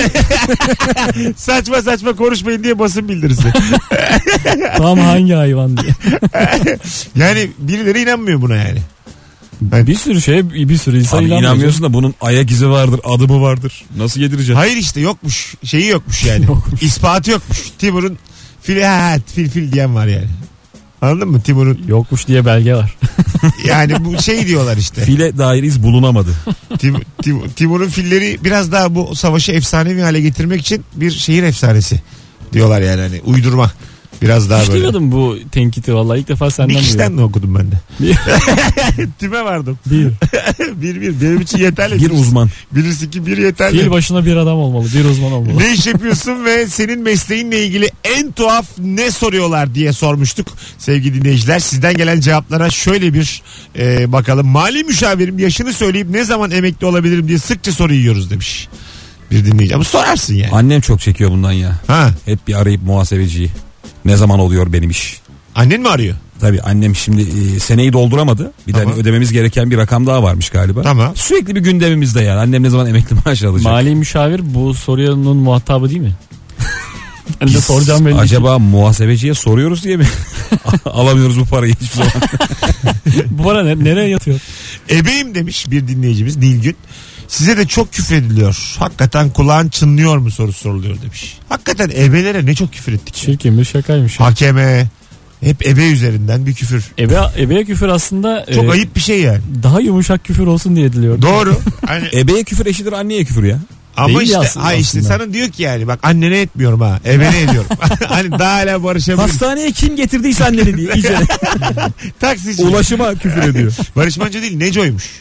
Saçma konuşmayın diye basın bildirisi. Tam hangi hayvan diye. Yani birileri inanmıyor buna yani. Bir sürü insan Abi inanmıyor. inanmıyorsun da bunun ayak izi vardır, adımı vardır. Nasıl yedireceksin? Hayır işte yokmuş. Şeyi yokmuş yani. Yokmuş. İspatı yokmuş. Timur'un fil diyen var yani. Anladın mı? Timur'un Yokmuş diye belge var. yani bu şey diyorlar işte. File dair iz bulunamadı. Timur'un filleri biraz daha bu savaşı efsanevi hale getirmek için bir şehir efsanesi diyorlar yani, hani uydurma. Biraz daha Hiç böyle. duymadım bu tenkiti, vallahi ilk defa senden Bir duyuyorum. kişiden de okudum ben de. Bir. Tüme vardım. Bir. bir. Benim için yeterli. Bir uzman. Bilirsin ki bir yeterli. Fil başına bir adam olmalı, bir uzman olmalı. Ne iş yapıyorsun ve senin mesleğinle ilgili en tuhaf ne soruyorlar diye sormuştuk sevgili dinleyiciler. Sizden gelen cevaplara şöyle bir bakalım. Mali müşavirim, yaşını söyleyip ne zaman emekli olabilirim diye sıkça soru yiyoruz demiş bir dinleyici. Ama sorarsın yani. Annem çok çekiyor bundan ya. Ha, Hep bir arayıp muhasebeciyi. Ne zaman oluyor benim iş? annen mi arıyor? Tabii annem şimdi seneyi dolduramadı. Bir Tamam. tane ödememiz gereken bir rakam daha varmış galiba. Tamam. Sürekli bir gündemimizde yani. Annem ne zaman emekli maaşı alacak? Mali müşavir bu sorunun muhatabı değil mi? Ben de soracağım belli. Acaba muhasebeciye soruyoruz diye mi? Alamıyoruz bu parayı hiçbir zaman. Bu para nereye yatıyor? Ebeyim demiş bir dinleyicimiz Nilgün. Size de çok küfür ediliyor. Hakikaten kulağın çınlıyor mu sorusu soruluyor demiş. Hakikaten ebelere ne çok küfür ettik. Çirkin bir şakaymış. Hakeme hep ebe üzerinden bir küfür. Ebeye küfür aslında Çok ayıp bir şey yani. daha yumuşak küfür olsun diye ediliyor. Doğru. Hani, Ebeye küfür eşittir anneye küfür ya. ama Değil işte aslında. işte sana diyor ki yani bak annene etmiyorum ha. Ebene ediyorum. Hani daha hala barışabiliriz. Hastaneye kim getirdiyse anneni diye. İyice Taksici. ulaşıma küfür ediyor. Barış Manço değil Neco'ymuş.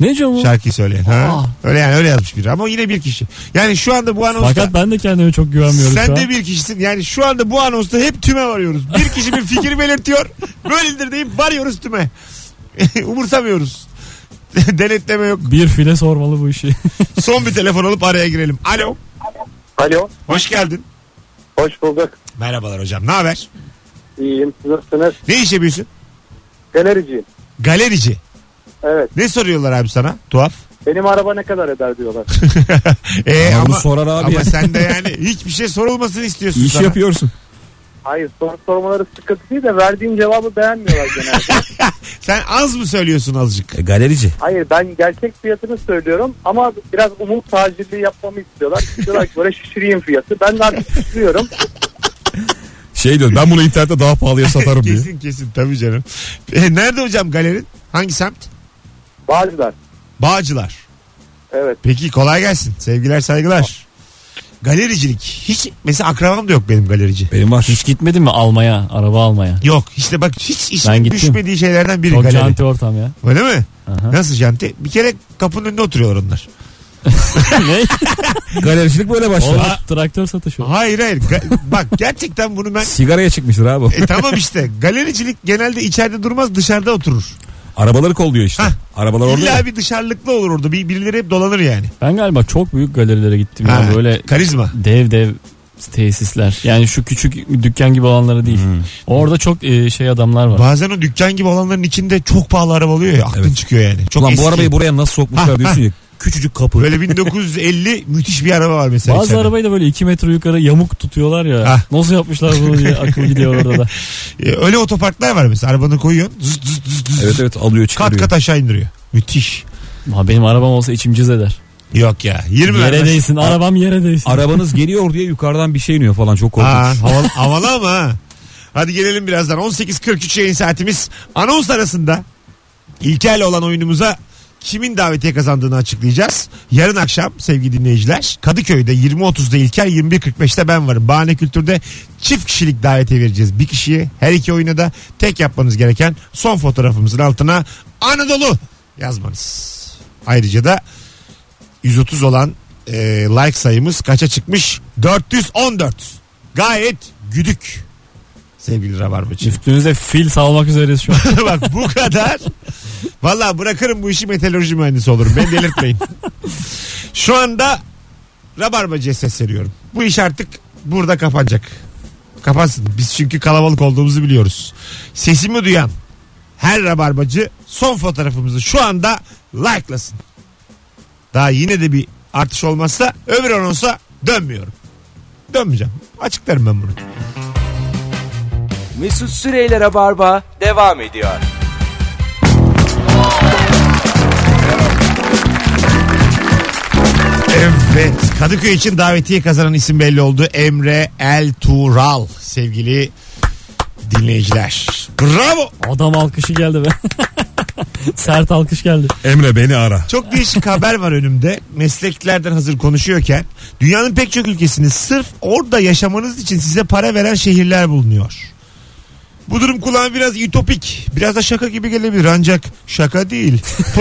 Ne Joe mu? Şarkıyı söyleyen. Ha? Öyle yani, öyle yazmış biri ama yine bir kişi. Yani şu anda bu anonsta. Fakat ben de kendime çok güvenmiyorum sen şu an. de bir kişisin. Yani şu anda bu anonsta hep tüme varıyoruz. Bir kişi bir fikir belirtiyor. Böyledir deyip varıyoruz tüme. Umursamıyoruz. Denetleme yok. Bir file sormalı bu işi. Son bir telefon alıp araya girelim. Alo. Alo. Hoş geldin. Hoş bulduk. Merhabalar hocam. Ne haber? İyiyim. Siz nasılsınız? Ne iş yapıyorsun? Galericiyim. Galerici. Evet. Ne soruyorlar abi sana? Tuhaf. Benim araba ne kadar eder diyorlar. Onu sorar abi ama ya. sen de yani hiçbir şey sorulmasını istiyorsun. İş sana. yapıyorsun. Hayır, soru sormaları sıkıntı değil de verdiğim cevabı beğenmiyorlar genelde. Sen az mı söylüyorsun azıcık? Galerici. Hayır, ben gerçek fiyatını söylüyorum ama biraz umut tacirliği yapmamı istiyorlar. Diyorlar ki böyle şişireyim fiyatı. Ben de artık şişiriyorum. Şey diyor, ben bunu internette daha pahalıya satarım diye. Kesin tabii canım. Nerede hocam galerin? Hangi semt? Bağcılar. Bağcılar. Evet. Peki kolay gelsin. Sevgiler saygılar. Galericilik. Hiç mesela akrabam da yok benim galerici. Benim var. Hiç gitmedin mi almaya? Araba almaya? Yok işte bak hiç Ben işin gittim. düşmediği şeylerden biri Çok galeri. canti ortam ya. Öyle mi? Aha. Nasıl janti? Bir kere kapının önünde oturuyorlar onlar. Ne? Galericilik böyle başlar. O traktör satışı. Hayır. Bak gerçekten bunu ben... Sigaraya çıkmıştır abi. Tamam işte. Galericilik genelde içeride durmaz, dışarıda oturur. Arabaları kolluyor işte. Hah. Arabalar orada. İlla ya. bir dışarılıklı olur orada. Birileri hep dolanır yani. Ben galiba çok büyük galerilere gittim. Ha, Yani böyle karizma. dev tesisler. Yani şu küçük dükkan gibi olanları değil. Orada çok şey adamlar var. Bazen o dükkan gibi olanların içinde çok pahalı araba oluyor ya. Aklın Evet. çıkıyor yani. Çok Ulan eski. bu arabayı buraya nasıl sokmuşlar diyorsun ya. Küçücük kapı. Böyle 1950 müthiş bir araba var mesela. Bazı içeride. arabayı da böyle 2 metre yukarı yamuk tutuyorlar ya. Ah. Nasıl yapmışlar bunu diye akıl gidiyor orada da. Öyle otoparklar var mesela. Arabanı koyuyorsun. Zıt zıt zıt zıt. Evet alıyor Kat çıkarıyor. kat aşağı indiriyor. Müthiş. Ha, benim arabam olsa içim cız eder. Yok ya. 20 Yere vermez. değsin. Arabam yere değsin. Arabanız geliyor diye yukarıdan bir şey iniyor falan, çok Ha, korkunç. havalı ama ha. Hadi gelelim birazdan. 18.43 yayın saatimiz. Anons arasında İlker'le olan oyunumuza kimin davetiye kazandığını açıklayacağız. Yarın akşam sevgili dinleyiciler Kadıköy'de 20.30'da İlker, 21.45'te ben varım. Bahane Kültür'de çift kişilik davetiye vereceğiz. Bir kişiye her iki oyuna da tek yapmanız gereken son fotoğrafımızın altına Anadolu yazmanız. Ayrıca da 130 olan like sayımız kaça çıkmış? 414. Gayet güdük. Sevgili Rabarbacı. Üstünüze fil salmak üzereyiz şu an. Bak bu kadar. Vallahi bırakırım bu işi, meteoroloji mühendisi olurum. Beni delirtmeyin. Şu anda Rabarbacı'ya ses veriyorum. Bu iş artık burada kapanacak. Kapansın. Biz çünkü kalabalık olduğumuzu biliyoruz. Sesimi duyan her Rabarbacı son fotoğrafımızı şu anda like'lasın. Daha yine de bir artış olmazsa öbür anonsa dönmüyorum. Dönmeyeceğim. Açıklarım ben bunu. Mesut Süreyler'e barba devam ediyor. Evet, Kadıköy için davetiye kazanan isim belli oldu. Emre El Tural sevgili dinleyiciler. Bravo. Adam alkışı geldi be. Sert alkış geldi. Emre beni ara. Çok değişik haber var önümde. Mesleklerden hazır konuşuyorken dünyanın pek çok ülkesinde sırf orada yaşamanız için size para veren şehirler bulunuyor. Bu durum kulağa biraz ütopik, biraz da şaka gibi gelebilir ancak şaka değil.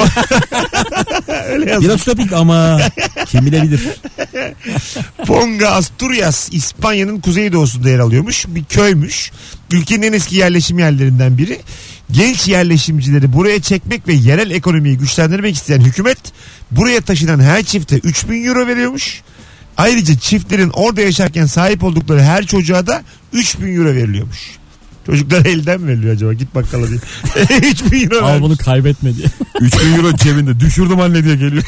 Öyle yazmış. Biraz ütopik ama kim bilebilir. Ponga, Asturias, İspanya'nın kuzeydoğusunda yer alıyormuş. Bir köymüş. Ülkenin en eski yerleşim yerlerinden biri. Genç yerleşimcileri buraya çekmek ve yerel ekonomiyi güçlendirmek isteyen hükümet buraya taşınan her çifte 3.000 euro veriyormuş. Ayrıca çiftlerin orada yaşarken sahip oldukları her çocuğa da 3.000 euro veriliyormuş. Çocuklar elden mi veriliyor acaba? Git bakkala diye. 3.000 euro Al vermiş. bunu kaybetme diye. 3.000 euro cebinde. Düşürdüm anne diye geliyor.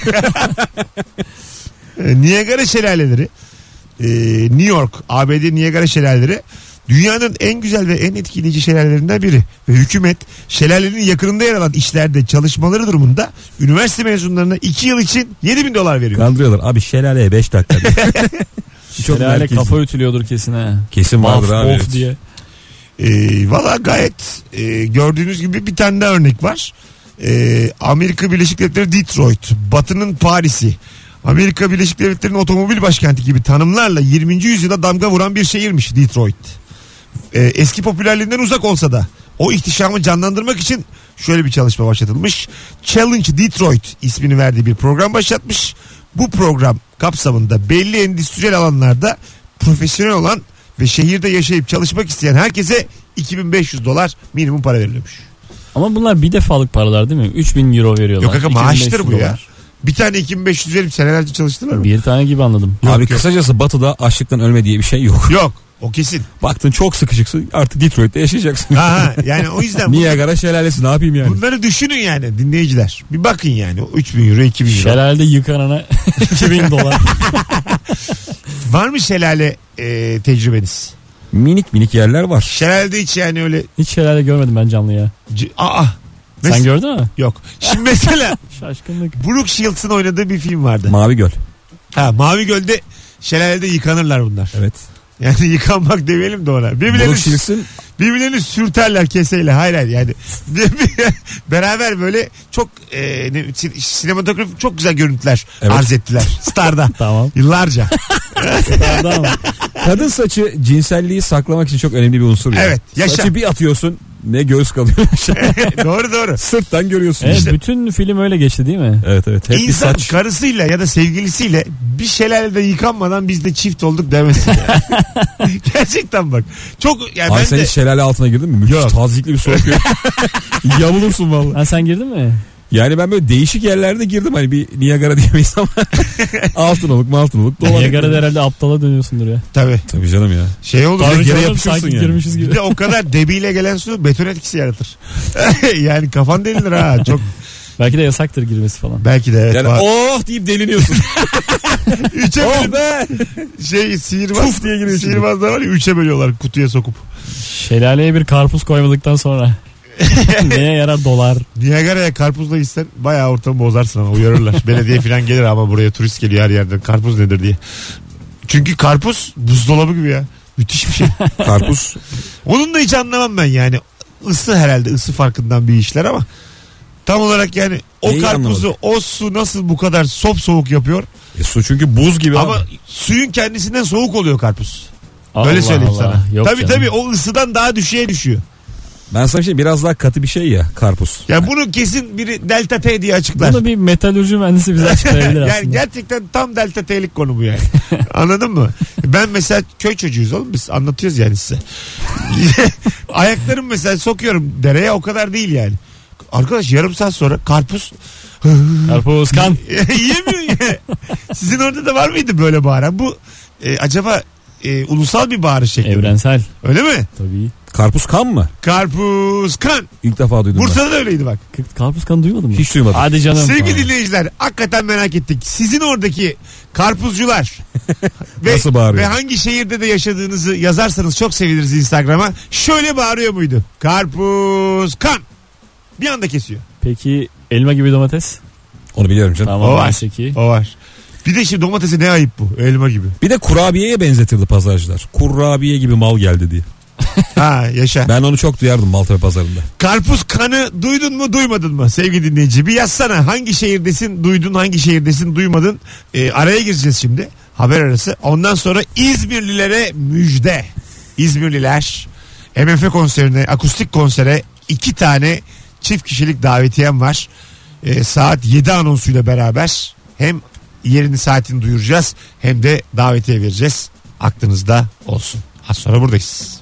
Niagara şelaleleri, New York, ABD Niagara şelaleleri dünyanın en güzel ve en etkileyici şelalelerinden biri. Ve hükümet şelalenin yakınında yer alan işlerde çalışmaları durumunda üniversite mezunlarına 2 yıl için $7.000 veriyor. Kandırıyorlar. Abi şelaleye 5 dakika. Çok Şelale merkezi. kafa ütülüyordur kesin ha. Kesin vardır Of, abi. of evet. diye. Valla gayet gördüğünüz gibi bir tane daha örnek var. Amerika Birleşik Devletleri Detroit, Batı'nın Paris'i, Amerika Birleşik Devletleri'nin otomobil başkenti gibi tanımlarla 20. yüzyıla damga vuran bir şehirmiş Detroit. Eski popülerliğinden uzak olsa da o ihtişamı canlandırmak için şöyle bir çalışma başlatılmış. Challenge Detroit ismini verdiği bir program başlatmış. Bu program kapsamında belli endüstriyel alanlarda profesyonel olan ve şehirde yaşayıp çalışmak isteyen herkese $2.500 minimum para veriliyormuş. Ama bunlar bir defalık paralar değil mi? 3.000 euro veriyorlar. Yok kanka, maaştır bu ya. $2.500. Bir tane 2.500 verip senelerce çalıştılar mı? Bir tane gibi anladım. Abi kısacası Batı'da açlıktan ölme diye bir şey yok. Yok, o kesin. Baktın çok sıkışıksın, artık Detroit'te yaşayacaksın. Aha, yani o yüzden Niagara şelalesi, ne yapayım yani? bunları düşünün yani dinleyiciler. Bir bakın yani, o 3.000 euro 2.000 euro. Şelalede yıkanana $2.000. Var mı şelale tecrübeniz? Minik minik yerler var. Şelalede hiç yani öyle Hiç şelale görmedim ben canlı ya. Mes- Sen gördün mü? Yok. Şimdi mesela Şaşkınlık. Brooke Shields'ın oynadığı bir film vardı. Mavi Göl. Mavi Göl'de şelalede yıkanırlar bunlar. Evet. Yani yıkanmak demeyelim de ona. Brooke Shields'ın Birbirlerini sürterler keseyle. Hayır yani. Beraber böyle çok sinematografi çok güzel görüntüler arz ettiler. Star'da. Tamam. Yıllarca. Tamam. kadın saçı cinselliği saklamak için çok önemli bir unsur. Evet, yaşa. Saçı bir atıyorsun, ne göğüs kalıyor. Doğru. Sırttan görüyorsun. Evet, işte. bütün film öyle geçti değil mi? Evet. Hep bir İnsan saç. karısıyla ya da sevgilisiyle bir şelalede yıkanmadan biz de çift olduk demesin ya. Gerçekten bak. Çok yani Ay ben sen de hiç şelale altına girdin mi? Müthiş Yok. tazikli bir su akıyor. Yamulursun vallahi. Ha, sen girdin mi? Yani ben böyle değişik yerlerde girdim, hani bir Niagara diyemeyiz ama Altınoluk Niagara'da herhalde aptala dönüyorsundur ya. tabii canım ya. şey olur. Tabii bir kere canım, yapışırsın sanki yani. girmişiz gibi. Bir de o kadar debiyle gelen su beton etkisi yaratır. Yani kafan delinir ha. Çok Belki de yasaktır girmesi falan. belki de evet. Yani var. oh deyip deliniyorsun. Üçe Oh bölüp be. sihirbaz diye giriyor içine. sihirbazlar var ya, üçe bölüyorlar kutuya sokup. Şelaleye bir karpuz koymadıktan sonra. Neye yarar dolar? Niagara'ya karpuzla gitsen bayağı ortamı bozarsın ama uyarırlar. Belediye falan gelir ama buraya turist geliyor her yerden. Karpuz nedir diye. Çünkü karpuz buzdolabı gibi ya. Müthiş bir şey. Karpuz. Onun da hiç anlamam ben yani. Isı herhalde, ısı farkından bir işler ama tam olarak yani o Neyi karpuzu anlamadım? o su nasıl bu kadar soğuk yapıyor? Su çünkü buz gibi Ama abi. suyun kendisinden soğuk oluyor karpuz. Allah Öyle söyleyeyim Allah. sana. Yok Tabii canım. tabii o ısıdan daha düşüğe düşüyor. Ben sana şey, biraz daha katı bir şey ya karpuz. Ya bunu kesin biri delta T diye açıklar. Bunu bir metalürji mühendisi bize açıklayabilir Yani aslında. gerçekten tam delta T'lik konu bu yani. Anladın mı? Ben mesela köy çocuğuyuz oğlum, biz anlatıyoruz yani size. Ayaklarımı mesela sokuyorum dereye, o kadar değil yani. Arkadaş yarım saat sonra karpuz Karpuz kan. yiyemiyor ya. Sizin orada da var mıydı böyle bağıran? Bu acaba ulusal bir bağırış şekli mi? Evrensel. Öyle mi? Tabii. Karpuz kan mı? Karpuz kan. İlk defa duydum Bursa'da da öyleydi bak. Karpuz kan duymadın mı? ben. Hiç duymadım. Hadi canım. Sevgili dinleyiciler, hakikaten merak ettik. Sizin oradaki karpuzcular Nasıl bağırıyor? ve hangi şehirde de yaşadığınızı yazarsanız çok seviniriz Instagram'a. Şöyle bağırıyor muydu? Karpuz kan. Bir anda kesiyor. Peki elma gibi domates? Onu biliyorum canım. Tamam. O var. neyse ki. O var. Bir de şimdi domatesi ne ayıp bu? Elma gibi. Bir de kurabiyeye benzetirdi pazarcılar. Kurabiye gibi mal geldi diye. Ha yaşa. Ben onu çok duyardım Maltepe pazarında. Karpuz kanı duydun mu duymadın mı sevgili dinleyici? Bir yazsana, hangi şehirdesin duydun, hangi şehirdesin duymadın. Araya gireceğiz şimdi, haber arası. Ondan sonra İzmirlilere müjde. İzmirliler MF konserine, akustik konsere 2 tane çift kişilik davetiyem var. Saat 7 anonsuyla beraber hem yerini saatini duyuracağız hem de davetiye vereceğiz. Aklınızda olsun. Az sonra buradayız.